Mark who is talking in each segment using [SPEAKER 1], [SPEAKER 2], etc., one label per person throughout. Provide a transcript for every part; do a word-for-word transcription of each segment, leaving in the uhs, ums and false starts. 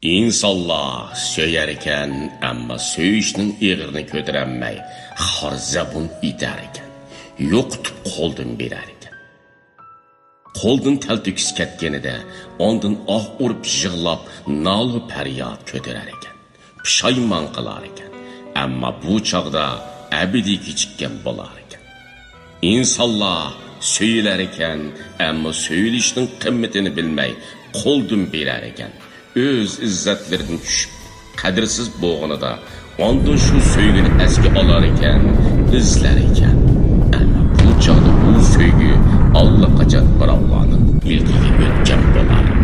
[SPEAKER 1] İnsanlar söyərkən, amma söyüşnün eğrini kötürənməy, xarzabun idərkən, yoqtub qoldun berərkən. Qoldun təltüküs ketkenide, ondan ah urub jığlap, nalı pəryat kötürərkən, pişayman qılarkən, amma bu çağda əbidi kiçikken bolarkən. İnsanlar söylərkən, amma söylüşnün qimmetini bilməy, qoldun berərkən, öz izzetlerinin düşüp, kadirsiz boğunu da, ondan şu söygünü eski alarken, izlerken. Ama bu çağda bu söygü, Allah kaçat bir Allah'ın ilgiyi ötken bolarken.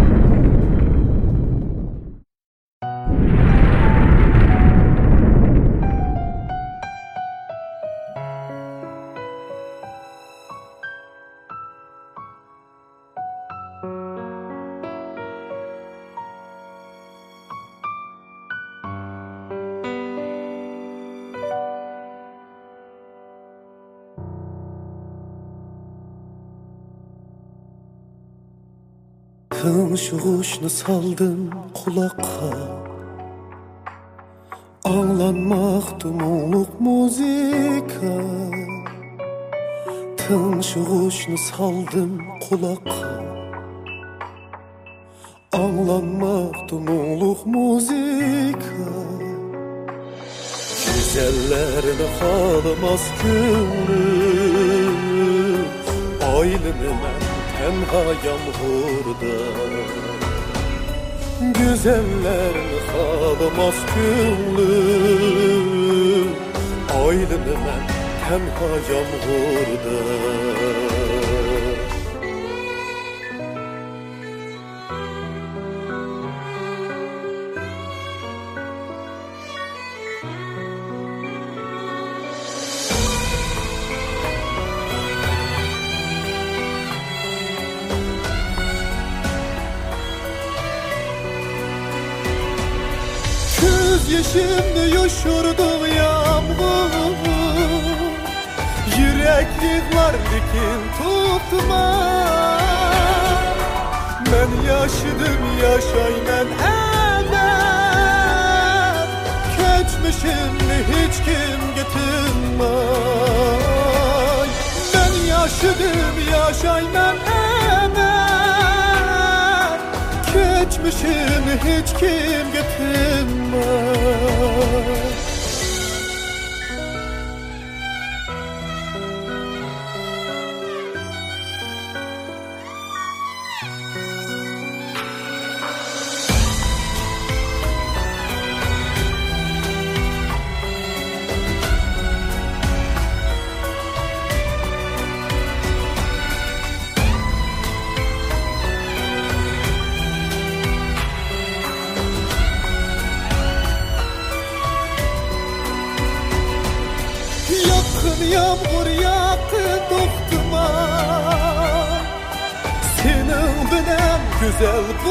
[SPEAKER 2] Tınşuşunu saldım kulakka, anlanmaktı muğluk müzika. Tınşuşunu saldım kulakka, anlanmaktı muğluk müzika. Güzellerini halamaz gönlüm, aylını ben tenha yağmurda. Güzellerini halamaz gönlüm, aylını ben tenha yağmurda. Şimdi yoşurdu yağmur, yürek yığlar dikin tutma. Ben yaşadım yaşayman emek, keçmişimni hiç kim getirmay. Ben yaşadım yaşayman emek, keçmişimni hiç kim getirmay. Yağmur yakın doktıma, senin bilen güzel bu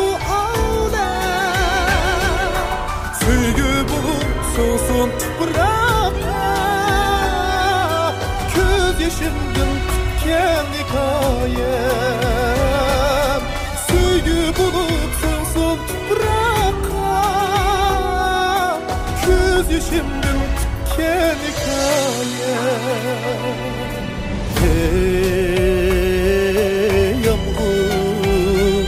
[SPEAKER 2] alem. Söygü bulup soğusun toprağa, göz yaşımdan tüken hikayem. Söygü bulup soğusun toprağa, göz yaşımdan tüken hikayem. Hey yağmur,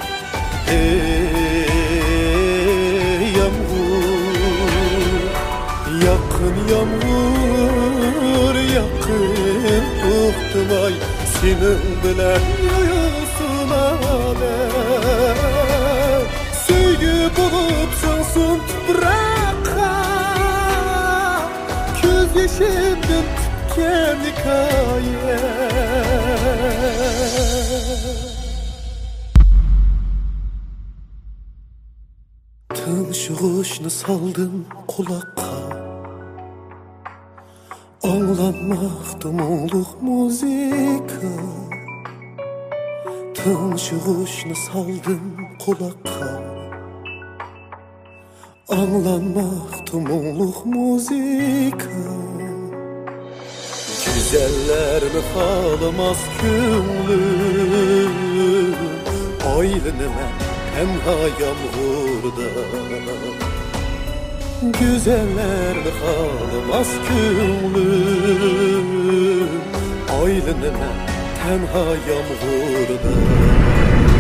[SPEAKER 2] hey yağmur, yakın yağmur, yakın doktum ay, senin bilen yoyulsun alem. Söygü bulup soğusun toprağa, göz yaşımdan tüken hikaye. Tınşuşunu saldım kulakka, anlanmaktı muğluk müzika. Tınşuşunu saldım kulakka, anlanmaktı muğluk müzika. Güzellerini halamaz gönlüm, aylını ben tenha yağmurda. Güzellerni xalımaz küllüm, aylinime tenha yağmurda.